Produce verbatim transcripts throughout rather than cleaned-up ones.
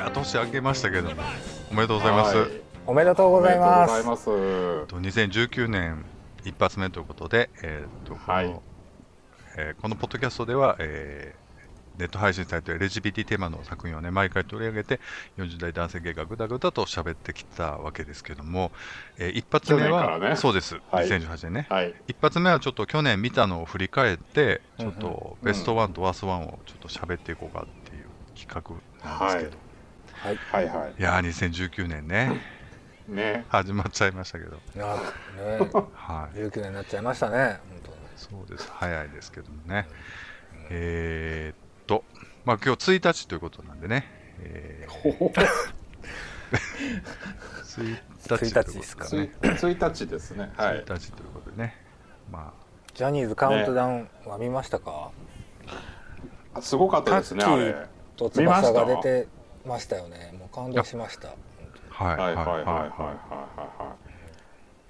や年明けましたけどもおめでとうございます。 はい、おめでとうございます。 おめでとうございます。 にせんじゅうきゅうねん一発目ということで、えーとはい、 このえー、このポッドキャストでは、えー、ネット配信されている エルジービーティー テーマの作品をね毎回取り上げてよんじゅう代男性芸がぐだぐだと喋ってきたわけですけども、えー、一発目は、 ね、 そうです、 はい、 にせんじゅうはちねんね、 はい、 一発目はちょっと去年見たのを振り返ってちょっとベストワンとワーストワンをちょっと喋っていこうかっていう企画なんですけど、 はいはいはい、 いやーにせんじゅうきゅうねんねね始まっちゃいましたけど、 いやね、はい、じゅうきゅうねんになっちゃいましたね。本当にそうです、早いですけどもね、うん、えー、っとまあ今日ついたちということなんでね、えー、ついたちですかね。 ついたちですね。はい。 ついたちということでね。まあジャニーズカウントダウンは見ましたか？ ね、すごかったですね。あれ。 と翼が出てましたよね。もう感動しました。 はいはいはいはいはいはい。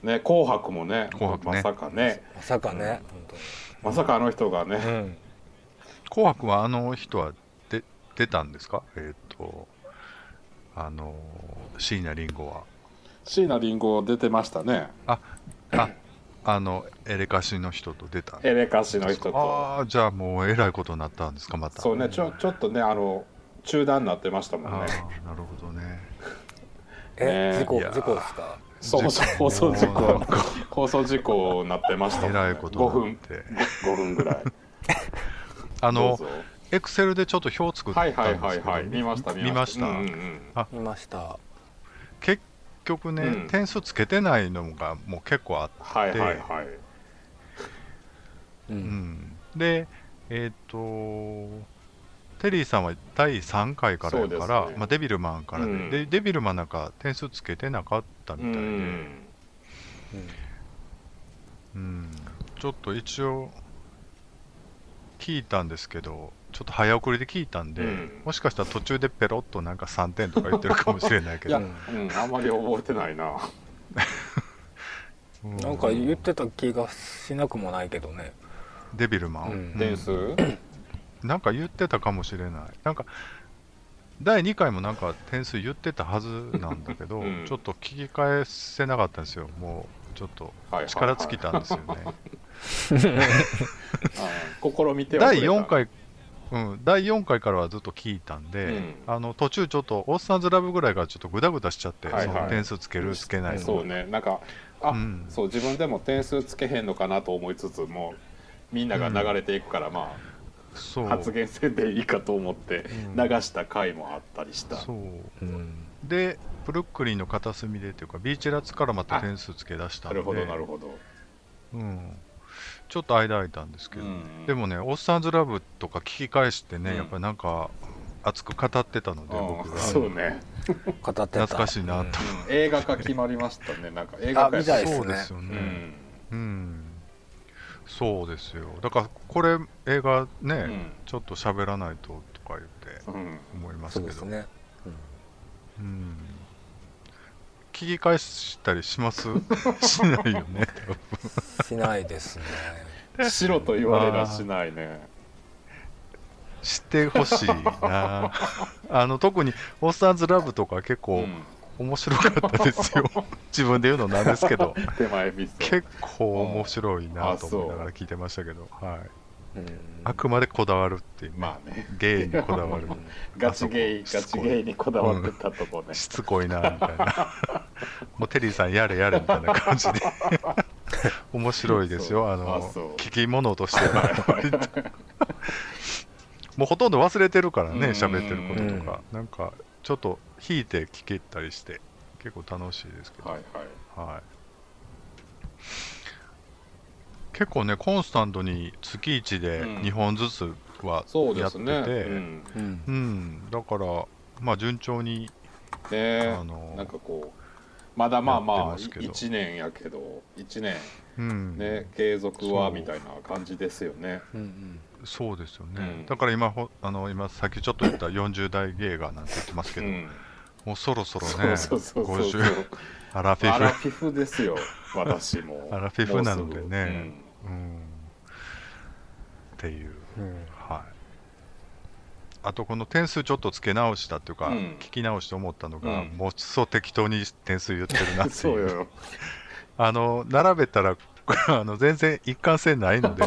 ね、紅白もね、 紅白ね、 まさかね、 まさかね、 本当にまさかあの人がね、うん、 紅白はあの人はで出たんですか？えっとあの椎名林檎は椎名林檎出てましたね。 あああのエレカシの人と出た。 エレカシの人と。 ああ、じゃあもうえらいことになったんですかまた。 そうね、ちょちょっとねあの中断になってましたもんね。 ああ、なるほどね。 え、事故事故ですか？ そうそう、放送事故放送事故になってましたもんね。 えらいことになってごふんぐらい。 あのエクセルでちょっと表作ったんですけど、 はいはいはいはい、見ました見ました。 あ、見ました。 結局ね、うん、点数つけてないのがもう結構あって、 はいはいはい。 うん、で、えっ、ー、とテリーさんはだいさんかいからやから、ね、まあ、デビルマンからで、うん、でデビルマンなんか点数つけてなかったみたいで、うん、うん、ちょっと一応聞いたんですけど、ちょっと早送りで聞いたんで、うん、もしかしたら途中でペロッとなんかさんてんとか言ってるかもしれないけどいや、うん、あんまり覚えてないななんか言ってた気がしなくもないけどね、 デビルマン、うん、 点数なんか言ってたかもしれない。なんかだいにかいもなんか点数言ってたはずなんだけど、うん、ちょっと聞き返せなかったんですよ。もうちょっと力尽きたんですよね。 試みてだいよんかい、うん、だいよんかいからはずっと聞いたんで、うん、あの途中ちょっとオッサンズラブぐらいがちょっとグダグダしちゃって、はいはい、その点数つけるつけないの、 そうね、なんかあ、うん、そう自分でも点数つけへんのかなと思いつつもみんなが流れていくから、うん、まあそう発言せんでいいかと思って流した回もあったりした、うん、 そう、うん、でブルックリンの片隅でというかビーチラッツからまた点数つけ出したんで、 なるほどなるほど、 うん、ちょっと間空いたんですけど、うん、でもねオッサンズラブとか聞き返してね、うん、やっぱりなんか熱く語ってたので、僕がそうね語ってた懐かしいなと、うん、 映画化決まりましたね。なんか映画化みたいですね。 そうですよね、うん、うん、そうですよ。だからこれ映画ね、うん、ちょっと喋らないととか言って思いますけど、 そうですね、 うんうん、聞き返したりしますしないよねしないですね。 しろと言われらしないね。 してほしいなあの特にオッサンズラブとか結構面白かったですよ、うん、自分で言うのなんですけど手前味噌結構面白いなと思いながら聞いてましたけど、はい、うん、あくまでこだわるっていう、ね、 まあね、 ゲイにこだわるガチゲイガチゲイにこだわってたとこね、 うん、しつこいなみたいなもうテリーさんやれやれみたいな感じで面白いですよ、あの聞き物としてはもうほとんど忘れてるからね、喋ってることとか、うん、なんかちょっと引いて聞けたりして結構楽しいですけど、はいはいはい、結構ねコンスタントに月いちでにほんずつはやってて、うんね、うんうん、だからまあ順調に、 ね、あのなんかこうまだまあまあいちねんやけどいちねん、うんね、継続はみたいな感じですよね。うんうん、 そうですよね、うん、だから今ほあの今さっきちょっと言ったよんじゅう代芸がなんて言ってますけど、うん、もうそろそろねごじゅうアラフィフアラフィフですよ私もアラフィフなのでね、うんうん、っていう、うん、はいあとこの点数ちょっと付け直したっていうか、 うん聞き直して思ったのが、 うんもうそう適当に点数言ってるなってそいううよあの並べたらあの全然一貫性ないので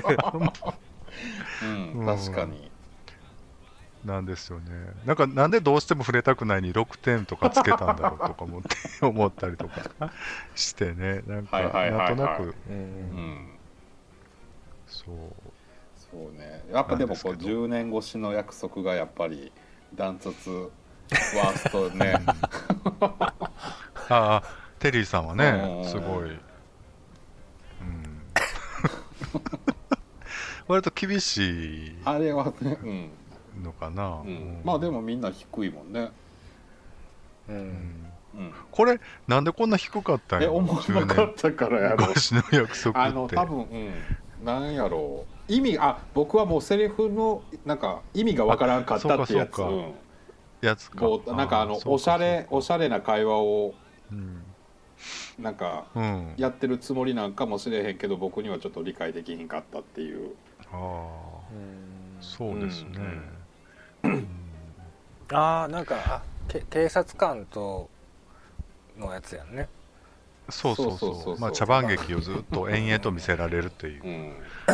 うんうん確かになんですよね。なんかなんでどうしても触れたくないにろくてんとかつけたんだろうとか思って思ったりとかしてね、なんかはいはいはいはいなんとなく、 ううんんそうそうねやっぱでもこうなんですけどじゅうねん越しの約束がやっぱりダントツワーストねああテリーさんはねうんすごい、うん、割と厳しいあれはねうん、 のかな、 うんうんまあでもみんな低いもんねううんんうんこれなんでこんな低かったんやろえ思わなかったからやろ越しの約束あのって多分うんなんやろう意味あ僕はもうセリフのなんか意味がわからんかったってやつそうかそうかうんやつかこうなんかあのーそうかおしゃれそうかおしゃれな会話をうん、 なんかうん、 やってるつもりなんかもしれへんけど僕にはちょっと理解できひんかったっていうああうんそうですね、 うんうんああなんかあけ警察官とのやつやんね。 そうそうそうそうそうそうそうまあ茶番劇をずっと延々と見せられるっていううん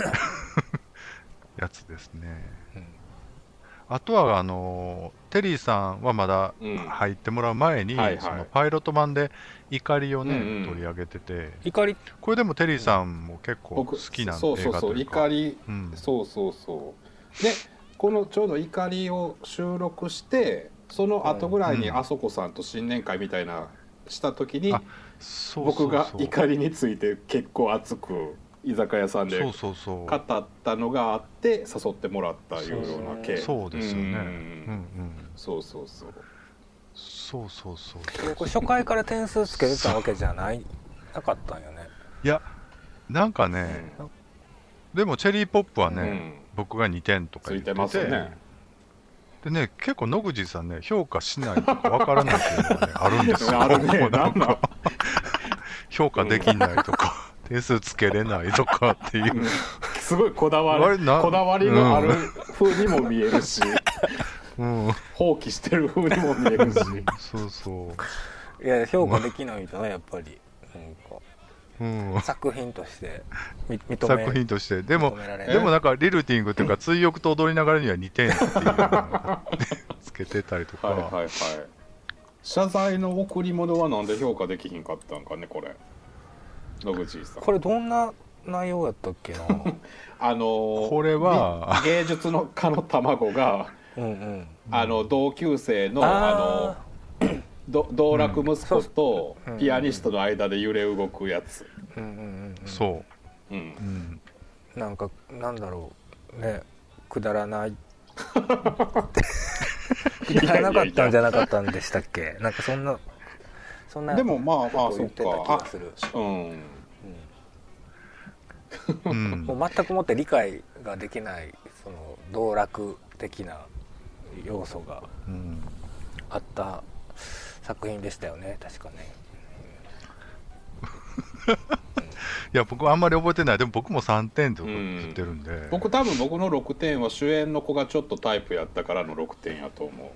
やつですね。 うんあとはあのテリーさんはまだうん入ってもらう前に、 はいはいそのパイロット版で怒りをね、 うんうん取り上げてて、 怒りこれでもテリーさんも結構好僕きな映そうそうそう画というか、 怒りうんそうそうそうでこのちょうど怒りを収録してその後ぐらいにうんあそこさんと新年会みたいなした時にあそうそうそう僕が怒りについて結構熱く居酒屋さんでそう語そうそうったのがあって誘ってもらったいうような系そうですよね。 ううんんうんそうそうそうそうそうそうこれ初回から点数つけてたわけじゃないなかったんよね。 いやなんかね、でもチェリーポップはね、 うん僕がにてんとかついて言っててますよねでね結構野口さんね評価しないとかわからないっていうのがねあるんですよ。 あるねもうなんなんなんか評価できないとか、点数つけれないとかっていう、 うんすごいこだあわりれなこだわりのある風にも見えるしうん、 放棄してる風にも見えるしそうそういや評価できないとねやっぱりなんかうん、 作品としてみ認め作品としてでも認められないでもなんかリルティングっていうか追憶と踊りながらにはにてんっていうのをつけてたりとか、 はいはいはい謝罪の贈り物はなんで評価できひんかったんかねこれ野口さんこれどんな内容やったっけなあのーこれはり芸術の家の卵がうんうんあの同級生のああのど道楽息子とうんピアニストの間で揺れ動くやつ、 ーうんうんうんうんそうう、 ん、 うん、 なんかなんだろうねくだらないくだらなかったんじゃなかったんでしたっけなんかそんなそんなでもまあまあことを言ってた気がするうんうんもう全くもって理解ができないその道楽的な要素がうんあった作品でしたよね確かね。 いや僕はあんまり覚えてないでも僕もさんてんとか言ってるんで、 僕多分僕のろくてんは主演の子がちょっとタイプやったからのろくてんやと思う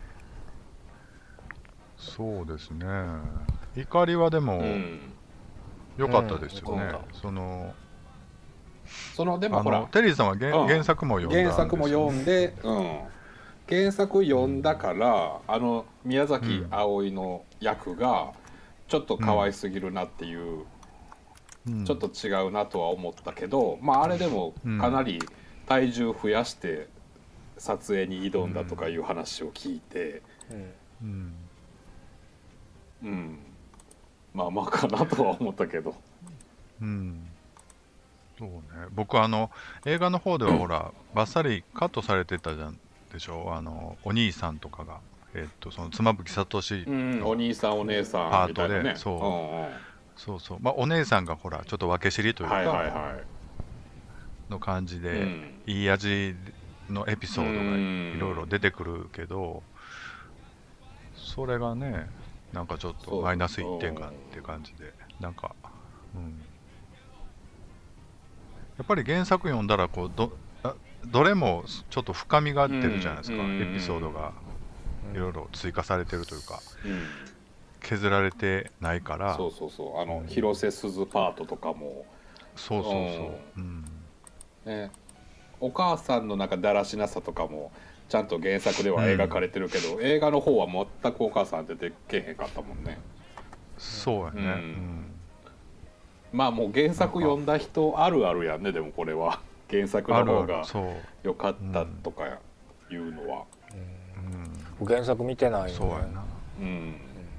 そうですね怒りはでもうん良かったですよね、 うんそのそのでもあほらのテリーさんは原,、 うん原作も読んだんですよね、 原作も読んで、うん、原作読んだからあの宮崎あおいの役がちょっと可愛すぎるなっていう、 うんちょっと違うなとは思ったけど、まああれでもかなり体重増やして撮影に挑んだとかいう話を聞いて、 うんうんうん、まあまあかなとは思ったけど、 うんそうね僕あの映画の方ではほら、バッサリカットされてたじゃんでしょあのお兄さんとかがえっとその妻夫木聡、 うん、お兄さんお姉さんみたいなねパートでそううんうんそうそうまあお姉さんがほらちょっと分け知りというか、 はいはいはの感じい、 で、 うんいい味のエピソードがいろいろ出てくるけど、それがねなんかちょっとマイナスいってんかっていう感じでなんか、うん、やっぱり原作読んだらこうどあどれもちょっと深みが出るじゃないですか、うん、エピソードがいろいろ追加されてるというか、うん、削られてないから。 そうそうそう、あの、うん、広瀬すずパートとかもそうそうそう、うんね、お母さんのなんかだらしなさとかもちゃんと原作では描かれてるけど、うん、映画の方は全くお母さん出てけへんかったもんね。 そうやね、うんうん、 まあもう原作読んだ人あるあるやんね。でもこれは原作の方が良かったとかいうのは、 うん、原作見てないよね。 そうやな、うんうん、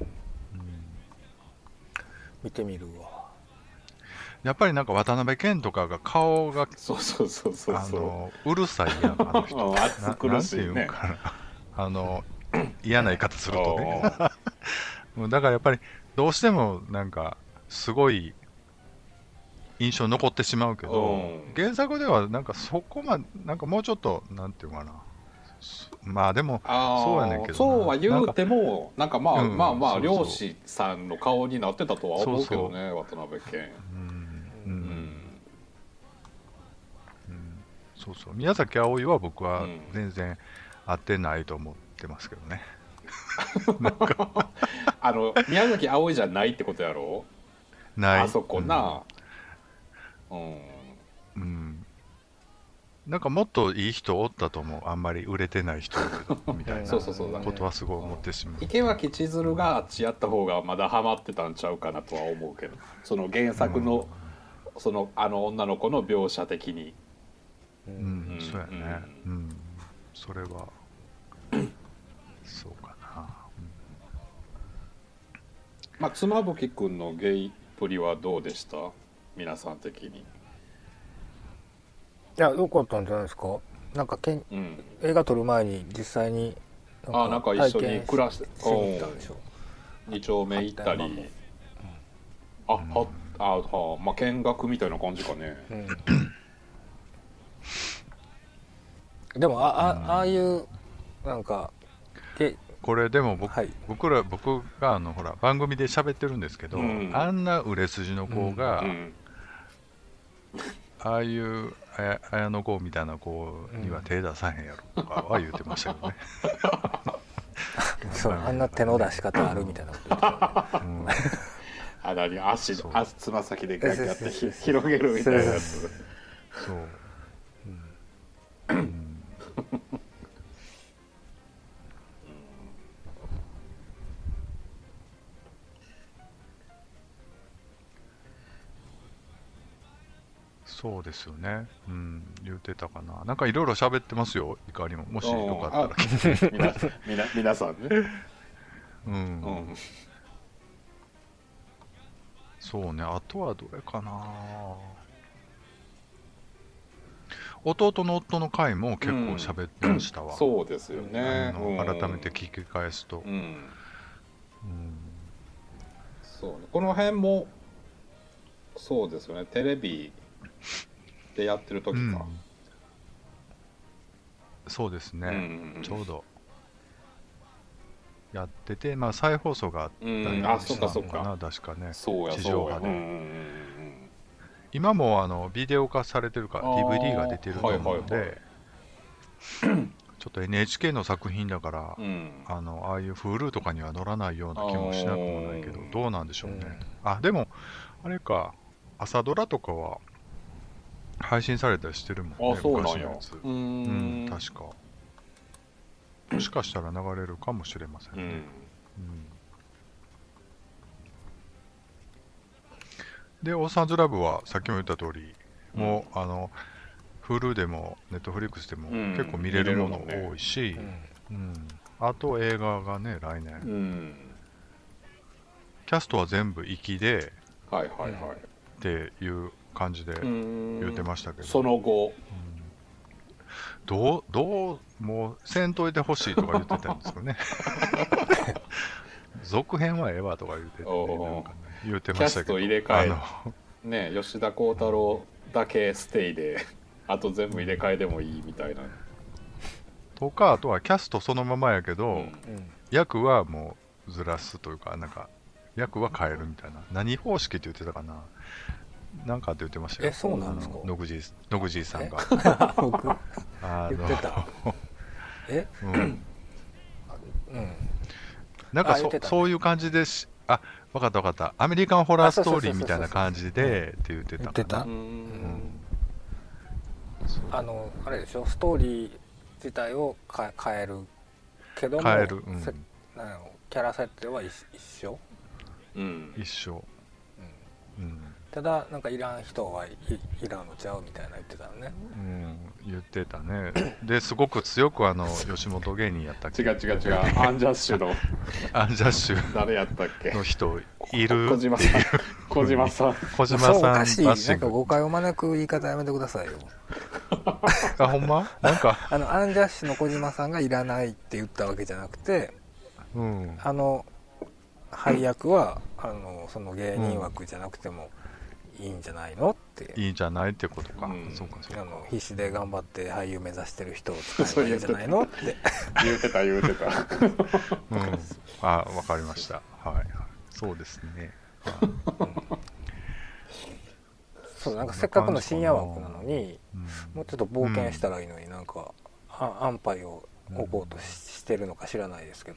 見てみるわ。 やっぱりなんか渡辺謙とかが顔がそうそうそうそうあのうるさいやん、あの人暑苦しいね、 あの嫌な言い方するとねだからやっぱりどうしてもなんかすごい印象残ってしまうけど、原作ではなんかそこまでなんかもうちょっとなんていうかな、まあでもそうやねんけど、 そうは言うてもなんかまあ、うん、まあまあ漁師さんの顔になってたとは思うけどね、渡辺謙。うんうんうん、そうそう、宮崎あおいは僕は全然合ってないと思ってますけどね、 うん、なんかあの宮崎あおいじゃないってことやろ、 ない、 あそこな、 うん、うん、なんかもっといい人おったと思う、あんまり売れてない人みたいなことはすごい思ってしまう。 池脇千鶴があっちやった方がまだハマってたんちゃうかなとは思うけど、その原作の、うん、そのあの女の子の描写的に、 うん、うん、そうやね、うん、うん、それはそうかな、うん、 まあ妻夫木君のゲイっぷりはどうでした、皆さん的に。 いや、良かったんじゃないですか。なんかけん、うん、映画撮る前に実際になんかなんか一緒に暮らしてに丁目行ったり、うん、あはあはまあ見学みたいな感じかね、 うん、でもああ、ああいうなんかこれでも 僕,、はい、僕ら僕があのほら番組で喋ってるんですけど、うん、あんな売れ筋の子が、うんうん、ああいう綾野剛みたいな子には手出さへんやろとかは言ってましたけどね、 うん、そうあんな手の出し方あるみたいなこと言ってたね、うん、 あなに足つま先でガッガッて広げるみたいなやつ、そう、うんうんそうですよね、うん、言ってたかな。なんかいろいろ喋ってますよ、いかにも。もしよかったら聞いてみな皆さんね、 うん、うん、そうね。あとはどれかな。弟の夫の回も結構喋ってましたわ、 うん、そうですよね、 うん、改めて聞き返すと、うんうん、 そうね、この辺もそうですよね、テレビでやってる時か、うん、 そうですね、うんうんうん、ちょうどやってて、まあ再放送があったりしたのかな、確かね、 そうや地上波で、うんうんうん、今もあのビデオ化されてるから ディーブイディー が出てると思うので、はいはいはい、ちょっと エヌエイチケー の作品だから、うん、あのああいう Hulu とかには載らないような気もしなくもないけど、どうなんでしょうね、うん、あでもあれか、朝ドラとかは配信されたりしてるもんね、昔のやつ、うん、確かもしかしたら流れるかもしれませんね、うんうん、でオーサンズラブはさっきも言った通り、うん、もうあの Hulu でも Netflix でも結構見れるもの多いし、うんうん、あと映画がね来年、うん、キャストは全部粋で、 はいはいはい、 っていう感じで言ってましたけど、 その後、うん、 どうどうもうせんといてほしいとか言ってたんですよね続編はええわとか言ってて、ね、なんかね、言ってましたけど、 キャスト入れ替えね、吉田鋼太郎だけステイであと全部入れ替えでもいいみたいなとか、あとはキャストそのままやけど、うん、役はもうずらすというか、なんか役は変えるみたいな、何方式って言ってたかな、 なんかって言ってましたよ。 え、そうなんですか。 野口野口さんが。 僕あ言ってた。え、 うん、うん、なんか そ,、ね、そういう感じでし、あ、分かった分かった、アメリカンホラーストーリーみたいな感じでって言ってたかな。言ってた。うん、 あのあれでしょ、ストーリー自体を変えるけども、 変える、うん、 なんやろ、キャラ設定は一緒、 うん、一緒、 うんうん、ただなんかいらん人はい、いらんのちゃうみたいな言ってたのね、 うん、言ってたね。ですごく強くあの吉本芸人やったっけ。 違う違う違う、アンジャッシュのアンジャッシュ誰やったっけの人いる。 小島さん小島さん小島さん、おかしい、なんか誤解を招く言い方やめてくださいよ。 あ、ほんまなんかあのアンジャッシュの小島さんがいらないって言ったわけじゃなくて、うん、あの配役はあのその芸人枠じゃなくてもいいんじゃないのって、 いいんじゃないってことか、 うん、 そうかそうか、 あの必死で頑張って俳優目指してる人を使えばいいんじゃないのって言うてた言うてた、 うん、あ、わかりました、はいはい、そうですね、はい、うん、 そう、なんかせっかくの深夜枠なのに、うん、もうちょっと冒険したらいいのに、なんか安牌を置こうと し,、うん、してるのか知らないですけど、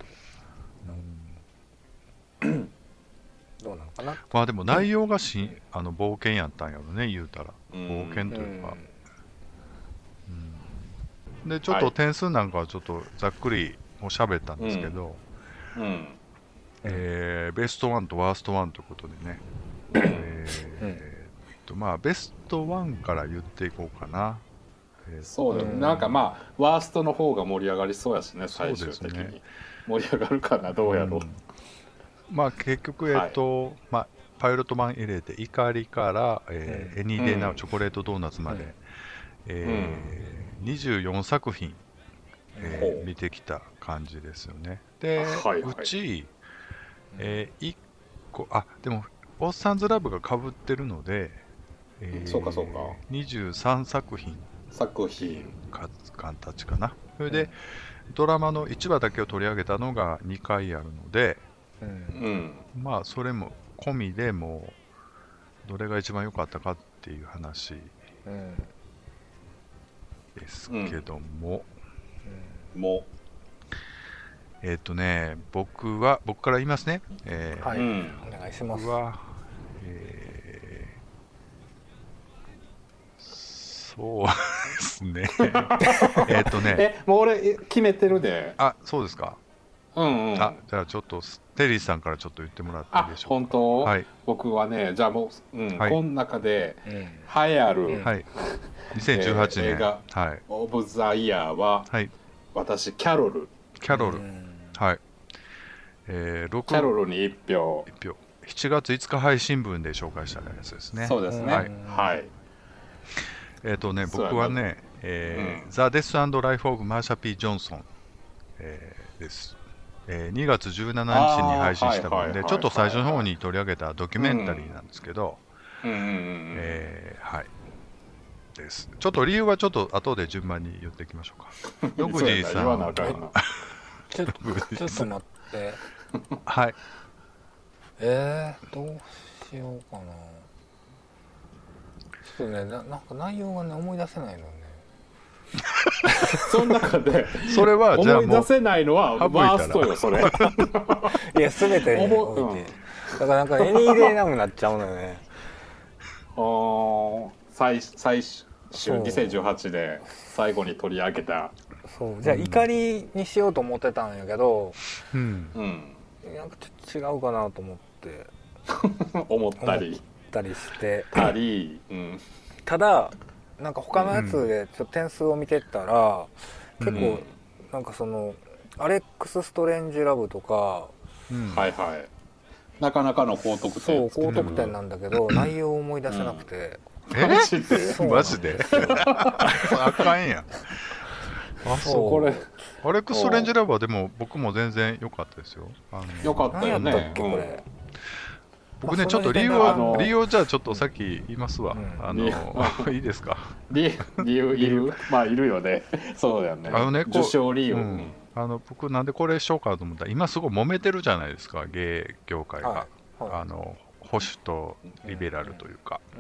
うん、どうなのかな。 まあでも内容がし、うん、あの冒険やったんやろね、言うたら、うん、冒険というか、うんうん、でちょっと点数なんかはちょっとざっくりもう喋ったんですけど、うんうん、えー、ベストワンとワーストワンということでね、えーうんまあベストワンから言っていこうかな。 えー、そうだね、なんかまあワーストの方が盛り上がりそうやしね、最終的に、ね、盛り上がるかな、どうやろう、うん、 まあ結局えっ、ー、と、はい、まあパイロット版エレで怒りから、えーうん、エニーデイナウチョコレートドーナツまで、うん、えーうん、にじゅうよんさく品、えー、見てきた感じですよね。で、はいはい、うち、えー、いっこ、あ、でもオッサンズラブが被ってるので、 えー、そうかそうか、 にじゅうさんさく品作品形かな。それで、うん、ドラマのいちわだけを取り上げたのがにかいあるので、うん、まあそれも込みでもうどれが一番良かったかっていう話ですけども、 うん、もえっとね、僕は僕から言いますね、えー、 はい、うん、お願いします。 僕は、えーそうですね。えっとね。 え、もう俺決めてるで。 あ、そうですか。 うんうん。 あ、じゃあちょっとテリーさんからちょっと言ってもらっていいでしょうか。 本当？ はい。 僕はね、じゃあもう、うん、はい、この中で流行る、 はい、にせんじゅうはちねん、 えー、映画、はい、オブザイヤーは、はい、私キャロル。 キャロル。はい。えー、ろくキャロルにいち票。 いち票。しちがついつか配信分で紹介したやつですね。 そうですね。はい。はい。 えっとね、僕はね、えーうん、ザ・デス・アンド・ライフ・オブ・マーシャ・ピー・ジョンソン、えー、です、えー。にがつじゅうしちにちに配信した分で、ちょっと最初の方に取り上げたドキュメンタリーなんですけど、はい。です。ちょっと理由はちょっと後で順番に言っていきましょうか。野口さん。 ちょっと待って。 はい。 えー、どうしようかな。ちょっとね、な, なんか内容がね思い出せないのね。 その中でそれはじゃあ思い出せないのはワーストよそれ。 いや全てに置いて、だからなんかエニーデイナムになっちゃうのよね。 ああ、最最終にせんじゅうはちで最後に取り上げた。 そうじゃあ怒りにしようと思ってたんやけど、うん、うん、なんかちょっと違うかなと思って思ったり。 たりしてたり、うん、 ただなんか他のやつでちょっと点数を見てったら、うん、結構なんかそのアレックス・ストレンジ・ラブとか、 うん、はいはいなかなかの高得点。 そう高得点なんだけど、うん、内容を思い出せなくて、 うん、えマジでマジであかんやん。あそうこれアレックス・ストレンジ・ラブはでも僕も全然良かったですよ。あの良かったよね。 何やったっけこれ、 僕ね、ちょっと理由は、理由をじゃあちょっとさっき言いますわ。うん、あの、いいですか。 理由いるまあいるよね。そうだよね。 あのね、 受賞理由、うん。 あの、僕なんでこれしようかと思ったら、今すごい揉めてるじゃないですか、芸業界が。はいはい、あの、保守とリベラルというか。うん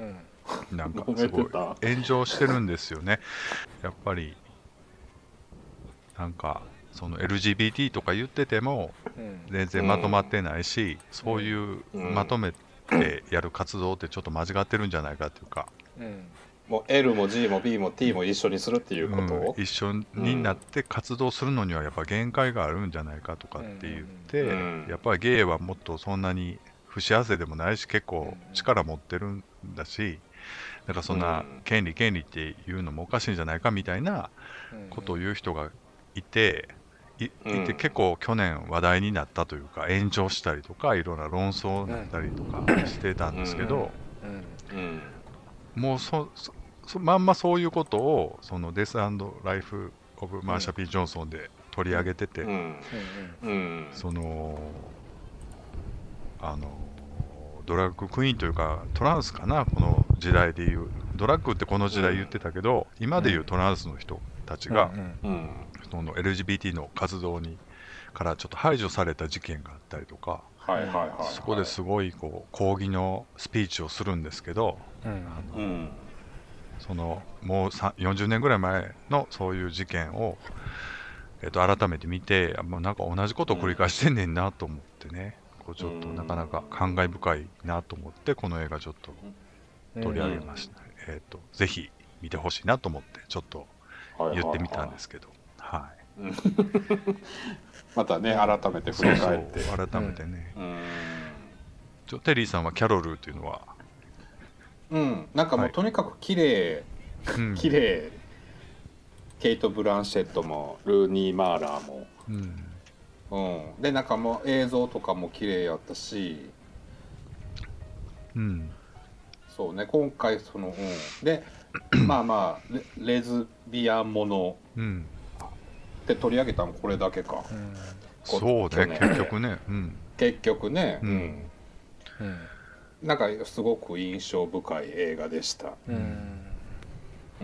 なんかすごい炎上してるんですよね。やっぱりなんかその エルジービーティー とか言ってても全然まとまってないし、うん、そういうまとめてやる活動ってちょっと間違ってるんじゃないかっていうか、 うん、もう L も G も B も T も一緒にするっていうことを、 うん、一緒になって活動するのにはやっぱ限界があるんじゃないかとかって言って、うん、やっぱりゲイはもっとそんなに不幸せでもないし結構力持ってるんだし、だからそんな権利権利っていうのもおかしいんじゃないかみたいなことを言う人がいて、い, いて結構去年話題になったというか炎上したりとかいろんな論争になったりとかしてたんですけど、もう そ, そまんまそういうことをそのデス&ライフ・オブ・マーシャ・ピー・ジョンソンで取り上げてて、そのあのドラッグクイーンというかトランスかな、この時代でいうドラッグってこの時代言ってたけど、今でいうトランスの人たちが、うんうん、その エルジービーティー の活動にからちょっと排除された事件があったりとか、はいはいはいはい、そこですごいこう抗議のスピーチをするんですけど、うん、あのうん、そのもうよんじゅうねんぐらい前のそういう事件を、えっと、改めて見て、もうなんか同じことを繰り返してんねんなと思ってね、こうちょっとなかなか感慨深いなと思ってこの映画ちょっと取り上げました、うん、えっとぜひ見てほしいなと思ってちょっと言ってみたんですけど、はい、はいはい、 またね改めて振り返ってそうそう改めてね、うん、ちょテリーさんはキャロルっていうのは、 うんなんかもう、はい、とにかく綺麗綺麗、うん、ケイト・ブランシェットもルーニー・マーラーも、うんうん、でなんかもう映像とかも綺麗やったし、うん、そうね今回その、うん、でまあまあ レ, レズビアンものって取り上げたのこれだけか、うん、 そうね結局ね、うん、 結局ね、うんうん、なんかすごく印象深い映画でした、うんうん、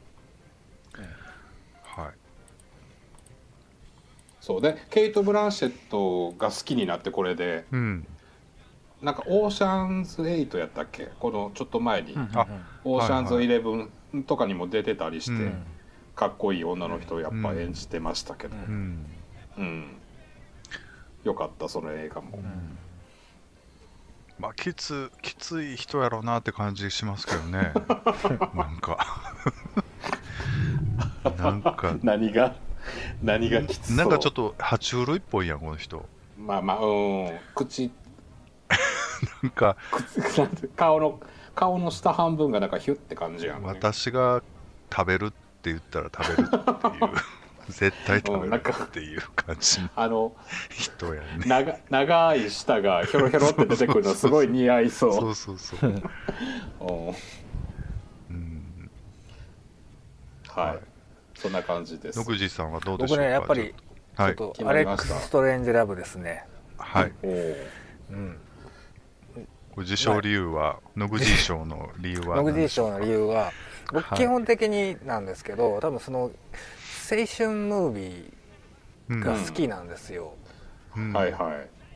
はいそうでケイト・ブランシェットが好きになってこれで、うん、なんかオーシャンズエイトやったっけこのちょっと前に、うん、オーシャンズイレブンとかにも出てたりして、はいはい、かっこいい女の人をやっぱ演じてましたけど、うんうん、よかったその映画も、うん、 まあきつきつい人やろうなって感じしますけどねなんかなんか何が何がきつそうなんかちょっと爬虫類っぽいやんこの人。 まあまあうん口なんか顔の顔の下半分がなんかヒュッて感じやん、ね、 私が食べるって言ったら食べるっていう絶対食べるっていう感じのあの人やね長, 長い舌がヒョロヒョロって出てくるのすごい似合いそうそうそうそううんはい、はいそんな感じです。 野口さんはどうでしょうか。 僕ねやっぱりちょっとアレックス・ストレンジ・ラブですね。 はい。うん。受賞理由は野口賞の理由は野口賞の理由は僕基本的になんですけど、はい、多分その青春ムービーが好きなんですよ。 うんうん、はいはい。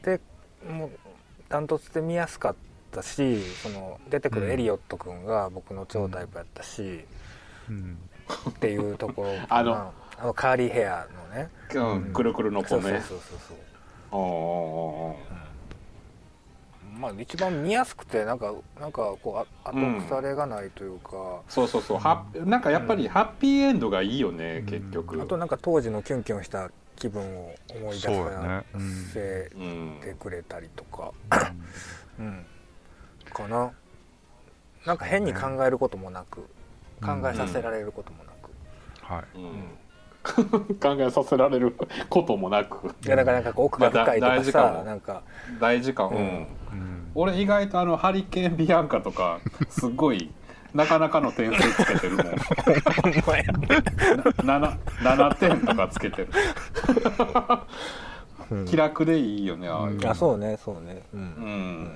でもうダントツで見やすかったし、その出てくるエリオット君が僕の超タイプやったし。うんうんっていうところかな。あのあのカーリーヘアのね、 うん、くるくるの子ね。 そうそうそうそうおー、うん、まあ一番見やすくてなんかなんかこう後腐れがないというか、うん、 そうそうそう、うん、はなんかやっぱりハッピーエンドがいいよね、うん、結局。 あとなんか当時のキュンキュンした気分を思い出させてくれたりとか、うん、うん、かな。なんか変に考えることもなく。考えさせられることもなく、 うん、はい、 うん、考えさせられることもなくいやだからなんか奥が深いとかさ、まあ、なんか大事かも、うんうん、俺意外とあのハリケーンビアンカとかすごいなかなかの点数つけてるもんなな, ななてんとかつけてる気楽でいいよね、ああいうの。 あ、そうねそうね、うん、うん、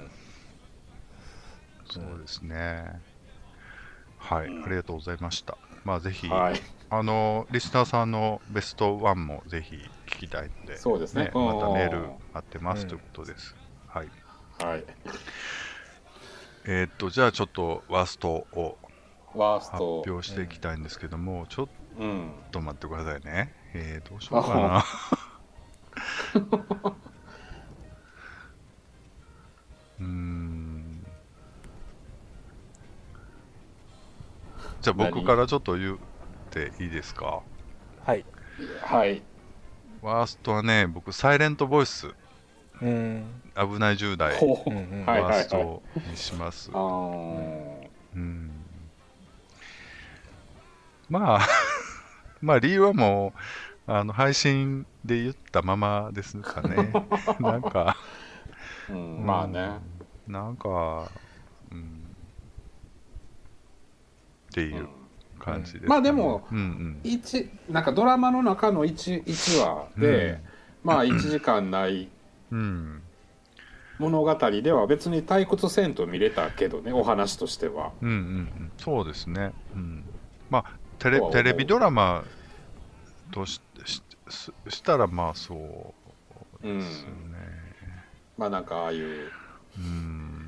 そうですね。はい、うん、ありがとうございました。まあぜひ、はい、あのリスナーさんのベストワンもぜひ聞きたいので、 そうですね。 ね、またメール待ってますということです。うん、はい。 はい。 えー、っとじゃあちょっとワーストをワース発ト表していきたいんですけども、うん、ちょっと待ってくださいね。えー、どうしようかな。うーん。じゃあ僕からちょっと言っていいですか。 はいはいワーストはね、僕サイレントボイス、うん、危ないじゅう代ワーストにします。うん、まあまあ理由はもうあの配信で言ったままですかね。なんか、 うん、まあね、 なんか、うん、っていう感じです、ね、うん、 まあでも、うんうん、一なんかドラマの中の 1, 1話で、うん、まあいちじかんない物語では別に退屈せんと見れたけどね、お話としては。 うんうんうん、そうですね、うん、まあテ レ, テレビドラマと し, し, したらまあそうですね、うん、 まあなんかああいううん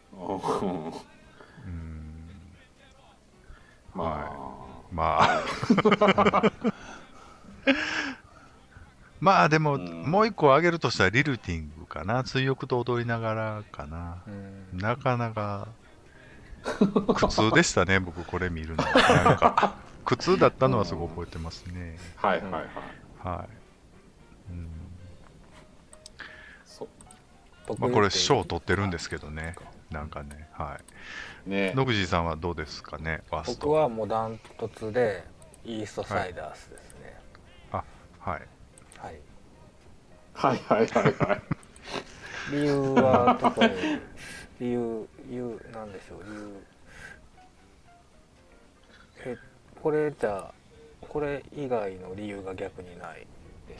まあ、はい、まあまあでも、うん、もう一個挙げるとしたらリルティングかな。追憶と踊りながらかな、うん、なかなか苦痛でしたね僕これ見るのなんか苦痛だったのはすごい覚えてますね、 うん、はいはいはいはい、うん、まあこれ賞を取ってるんですけどね、なんかね、はい。ね、野口さんはどうですかね、ワースト。 僕はもうダントツでイーストサイダースですね。 はい、あ、はい。 はい。 はいはいはいはい。 理由は特に理由理由なんでしょう。理由。えこれじゃこれ以外の理由が逆にないです。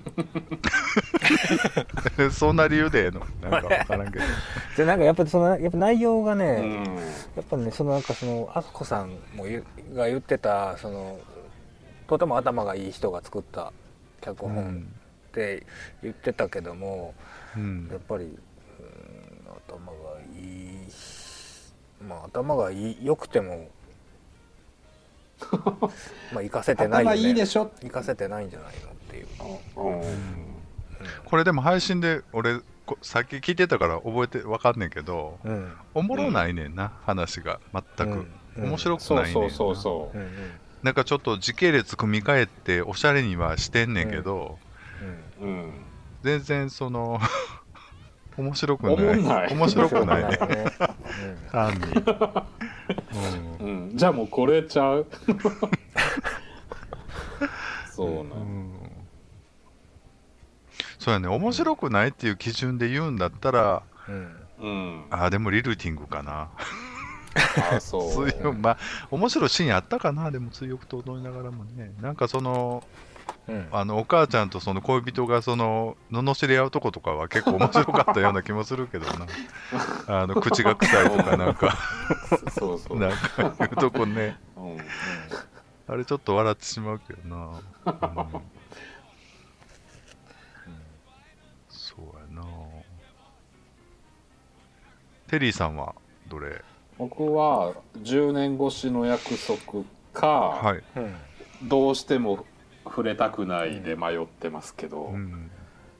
そんな理由でええのなんか分からんけどでなんかやっぱりそのやっぱ内容がね、うん、やっぱねそのなんかそのあすこさんもが言ってたそのとても頭がいい人が作った脚本って言ってたけども、うん、やっぱり、うん、頭がいいまあ頭がいい良くてもまあ活かせてないよね。 頭いいでしょ。 活かせてないんじゃないのっていう。 うんうん、これでも配信で俺さっき聞いてたから覚えて分かんねんけど、うん、おもろないねんな、うん、話が全く、うん、面白くないねんな。 そうそうそうそう、うんうん、 なんかちょっと時系列組み替えておしゃれにはしてんねんけど、うんうん、全然その面白くない。 ない面白くないね。単に、 うんうん。じゃあもうこれちゃう。そうなん、うん。 そうやね。面白くないっていう基準で言うんだったら、うん、ああでもリルティングかな。 あそう。 追憶まあ面白いシーンあったかな。でも追憶と踊りながらもね。なんかその。うん、あのお母ちゃんとその恋人がその罵り合うとことかは結構面白かったような気もするけどなあの口が臭いとかなんかそうそうなんかいうとこね、うん、あれちょっと笑ってしまうけどな、うん、そうやな。テリーさんはどれ？ 僕はじゅうねん越しの約束か、はい、どうしても触れたくないで迷ってますけど、うん、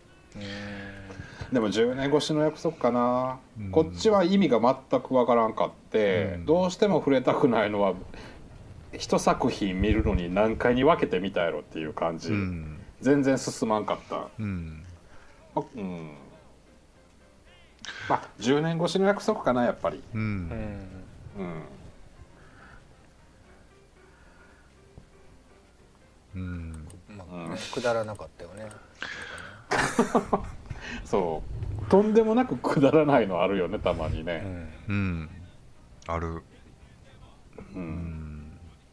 でもじゅうねん越しの約束かな、うん、こっちは意味が全くわからんかって、うん、どうしても触れたくないのは一作品見るのに何回に分けてみたやろっていう感じ、うん、全然進まんかった、うんうん、まあじゅうねん越しの約束かなやっぱり、うんうんうんまあ、くだらなかったよね。 そうとんでもなくくだらないのあるよねたまにね、 うん、うん、ある、うんうん、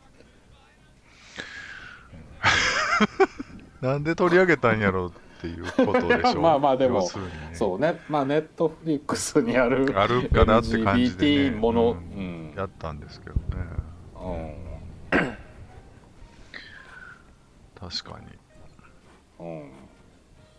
なんで取り上げたんやろうっていうことでしょう。 まあまあでも、ね、そうね、まあネットフリックスにあるあるかなって感じで、ね、 エルジービーティー もの、うんうん、やったんですけどね、うん確かに、うん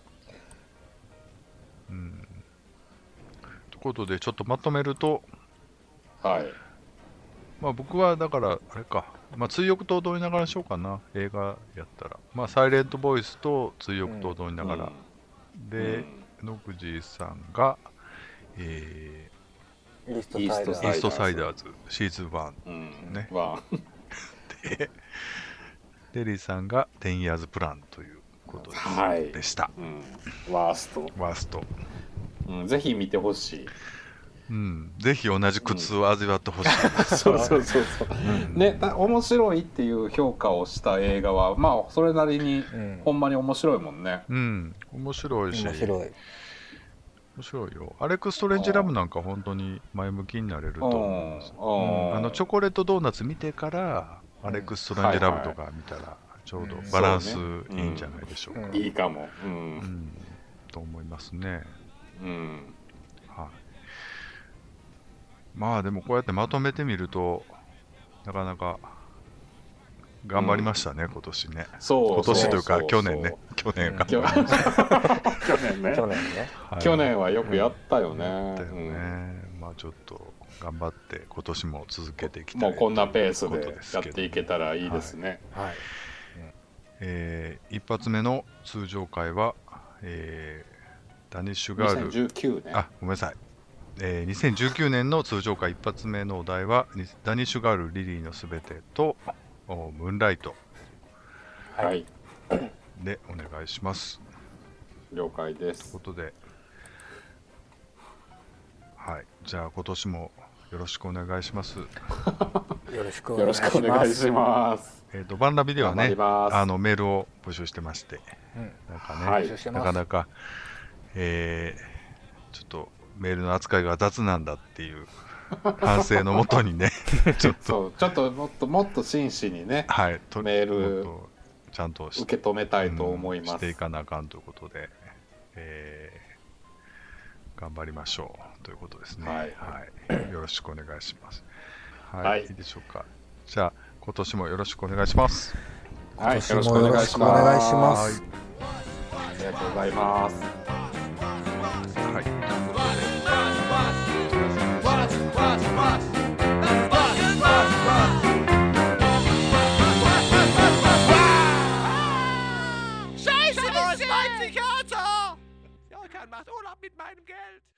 うん、ということでちょっとまとめると、 はい。 まあ僕はだからあれか、まあ追憶と踊りながらにしようかな、映画やったら。まあサイレントボイスと追憶と踊りながら。うん、で、野口さんが、えー、イーストサイダーズシーズンワンね。で、デリーさんがテンイヤーズプランということでした。 はいうん、ワースト。 ワースト。 うん、ぜひ見てほしい。 うん、ぜひ同じ苦痛を味わってほしい、 うん、そうそうそうそう、うん、ね、面白いっていう評価をした映画はまあそれなりに、うん、ほんまに面白いもんね。 うん面白いし面白い面白いよ。アレックス・ストレンジ・ラブなんか本当に前向きになれると思います。うん、あのチョコレートドーナツ見てからアレックス・ストレンジ・ラブとか見たらちょうどバランスいいんじゃないでしょうか。 うん、いいかも、うんうん、 と思いますね。 うんはい、まあでもこうやってまとめてみるとなかなか頑張りましたね、うん、今年ね。 そう今年というか去年ね。去年が。 去年ね。 去年ね。 はい、去年はよくやったよね。 やったよね。うん、まあちょっと頑張って今年も続けていきたい。 もうこんなペースでやっていけたらいいですね。 はい。はい、 えー、一発目の通常回は、えー、ダニッシュガール。 にせんじゅうきゅうねん。 あ、ごめんなさい。えー、にせんじゅうきゅうねんの通常回一発目のお題はダニッシュガールリリーのすべてとムーンライトはいでお願いします。 了解です。 ということで、はい、じゃあ今年もよろしくお願いします。 よろしくお願いします。お願いします。 えっとバンラビではね、あのメールを募集してまして、うん、なんかね、はい、なかなか、えー、ちょっとメールの扱いが雑なんだっていう反省のもとにねちょっとそうちょっともっともっと真摯にね、 はい、 メールちゃんと受け止めたいと思います、 うん、していかなあかんということで、えー、頑張りましょうということですね。はい、はい、よろしくお願いします。はい、はい、いいでしょうか。じゃあ今年もよろしくお願いします。 はい、よろしくお願いします。ありがとうございます。 はい。 Macht Urlaub mit meinem Geld.